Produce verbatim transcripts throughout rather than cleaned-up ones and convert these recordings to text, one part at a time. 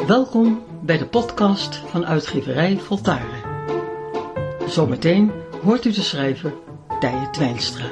Welkom bij de podcast van uitgeverij Voltaren. Zometeen hoort u de schrijver Tije Twijnstra.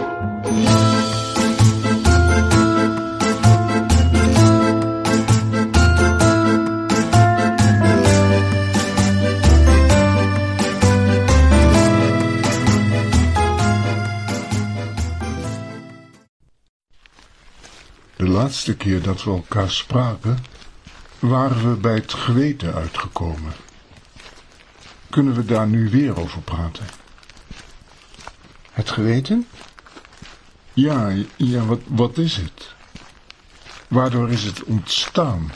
De laatste keer dat we elkaar spraken, waren we bij het geweten uitgekomen. Kunnen we daar nu weer over praten? Het geweten? Ja, ja, wat, wat is het? Waardoor is het ontstaan?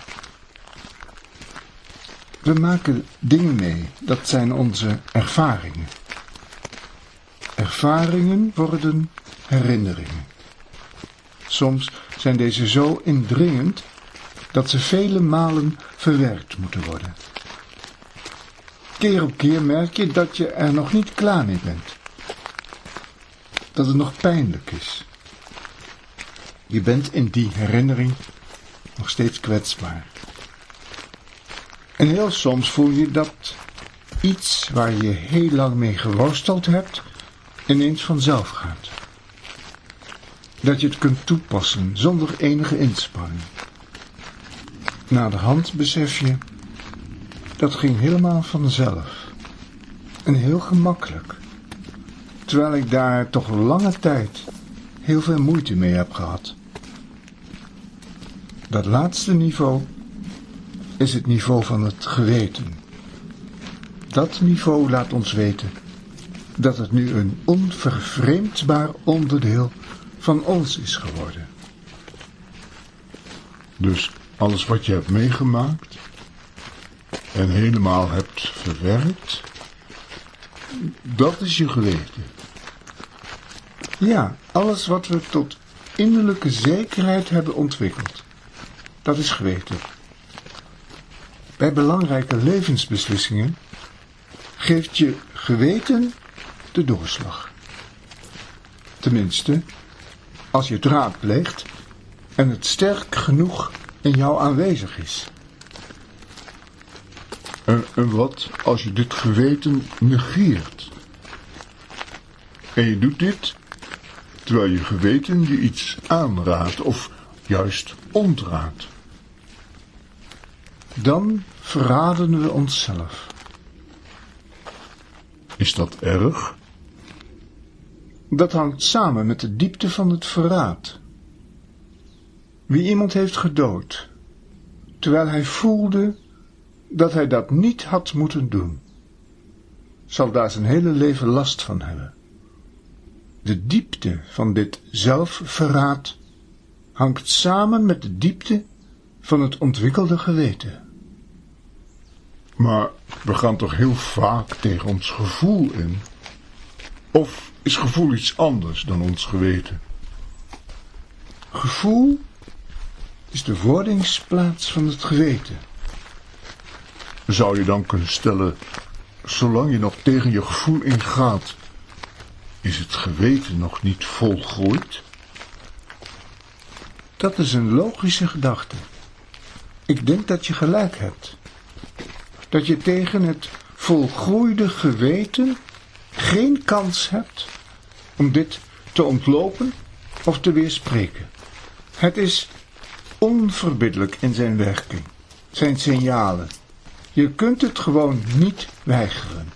We maken dingen mee, dat zijn onze ervaringen. Ervaringen worden herinneringen. Soms zijn deze zo indringend dat ze vele malen verwerkt moeten worden. Keer op keer merk je dat je er nog niet klaar mee bent. Dat het nog pijnlijk is. Je bent in die herinnering nog steeds kwetsbaar. En heel soms voel je dat iets waar je heel lang mee geworsteld hebt, ineens vanzelf gaat. Dat je het kunt toepassen zonder enige inspanning. Naderhand besef je, dat ging helemaal vanzelf. En heel gemakkelijk. Terwijl ik daar toch lange tijd heel veel moeite mee heb gehad. Dat laatste niveau is het niveau van het geweten. Dat niveau laat ons weten dat het nu een onvervreemdbaar onderdeel van ons is geworden. Dus alles wat je hebt meegemaakt en helemaal hebt verwerkt, dat is je geweten. Ja, alles wat we tot innerlijke zekerheid hebben ontwikkeld, dat is geweten. Bij belangrijke levensbeslissingen geeft je geweten de doorslag. Tenminste, als je het raadpleegt en het sterk genoeg in jou aanwezig is. En, en wat als je dit geweten negeert? En je doet dit terwijl je geweten je iets aanraadt of juist ontraadt. Dan verraden we onszelf. Is dat erg? Dat hangt samen met de diepte van het verraad. Wie iemand heeft gedood, terwijl hij voelde dat hij dat niet had moeten doen, zal daar zijn hele leven last van hebben. De diepte van dit zelfverraad hangt samen met de diepte van het ontwikkelde geweten. Maar we gaan toch heel vaak tegen ons gevoel in? Of is gevoel iets anders dan ons geweten? Gevoel is de wordingsplaats van het geweten. Zou je dan kunnen stellen, zolang je nog tegen je gevoel ingaat, is het geweten nog niet volgroeid? Dat is een logische gedachte. Ik denk dat je gelijk hebt. Dat je tegen het volgroeide geweten geen kans hebt om dit te ontlopen of te weerspreken. Het is onverbiddelijk in zijn werking, zijn signalen. Je kunt het gewoon niet weigeren.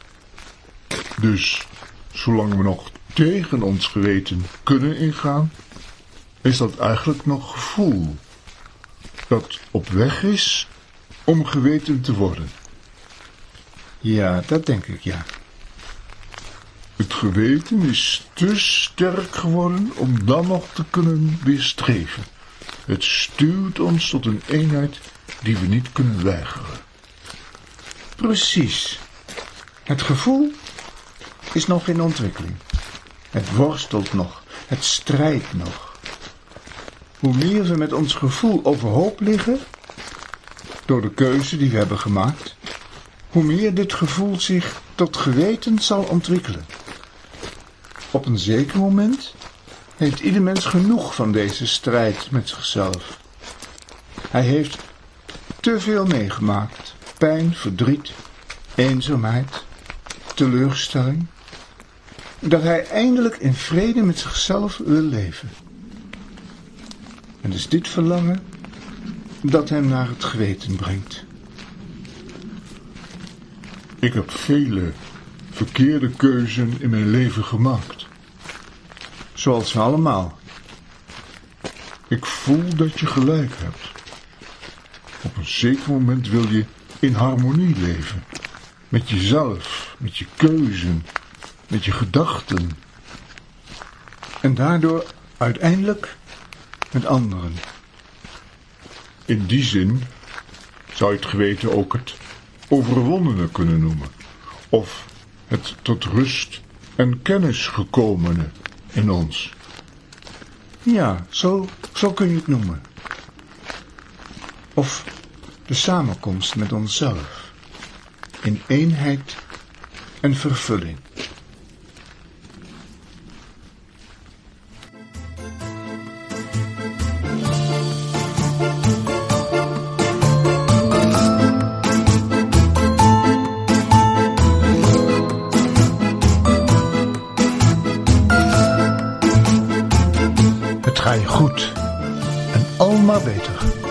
Dus, zolang we nog tegen ons geweten kunnen ingaan, is dat eigenlijk nog gevoel, dat op weg is om geweten te worden. Ja, dat denk ik, ja. Het geweten is te sterk geworden om dan nog te kunnen weerstreven. Het stuurt ons tot een eenheid die we niet kunnen weigeren. Precies. Het gevoel is nog in ontwikkeling. Het worstelt nog, het strijdt nog. Hoe meer we met ons gevoel overhoop liggen, door de keuze die we hebben gemaakt, hoe meer dit gevoel zich tot geweten zal ontwikkelen. Op een zeker moment heeft ieder mens genoeg van deze strijd met zichzelf. Hij heeft te veel meegemaakt. Pijn, verdriet, eenzaamheid, teleurstelling. Dat hij eindelijk in vrede met zichzelf wil leven. En het is dit verlangen dat hem naar het geweten brengt. Ik heb vele verkeerde keuzen in mijn leven gemaakt. Zoals we allemaal. Ik voel dat je gelijk hebt. Op een zeker moment wil je in harmonie leven. Met jezelf, met je keuzen, met je gedachten. En daardoor uiteindelijk met anderen. In die zin zou je het geweten ook het overwonnene kunnen noemen. Of het tot rust en kennis gekomene in ons. Ja, zo, zo kun je het noemen. Of de samenkomst met onszelf. In eenheid en vervulling. Het ga je goed en al maar beter.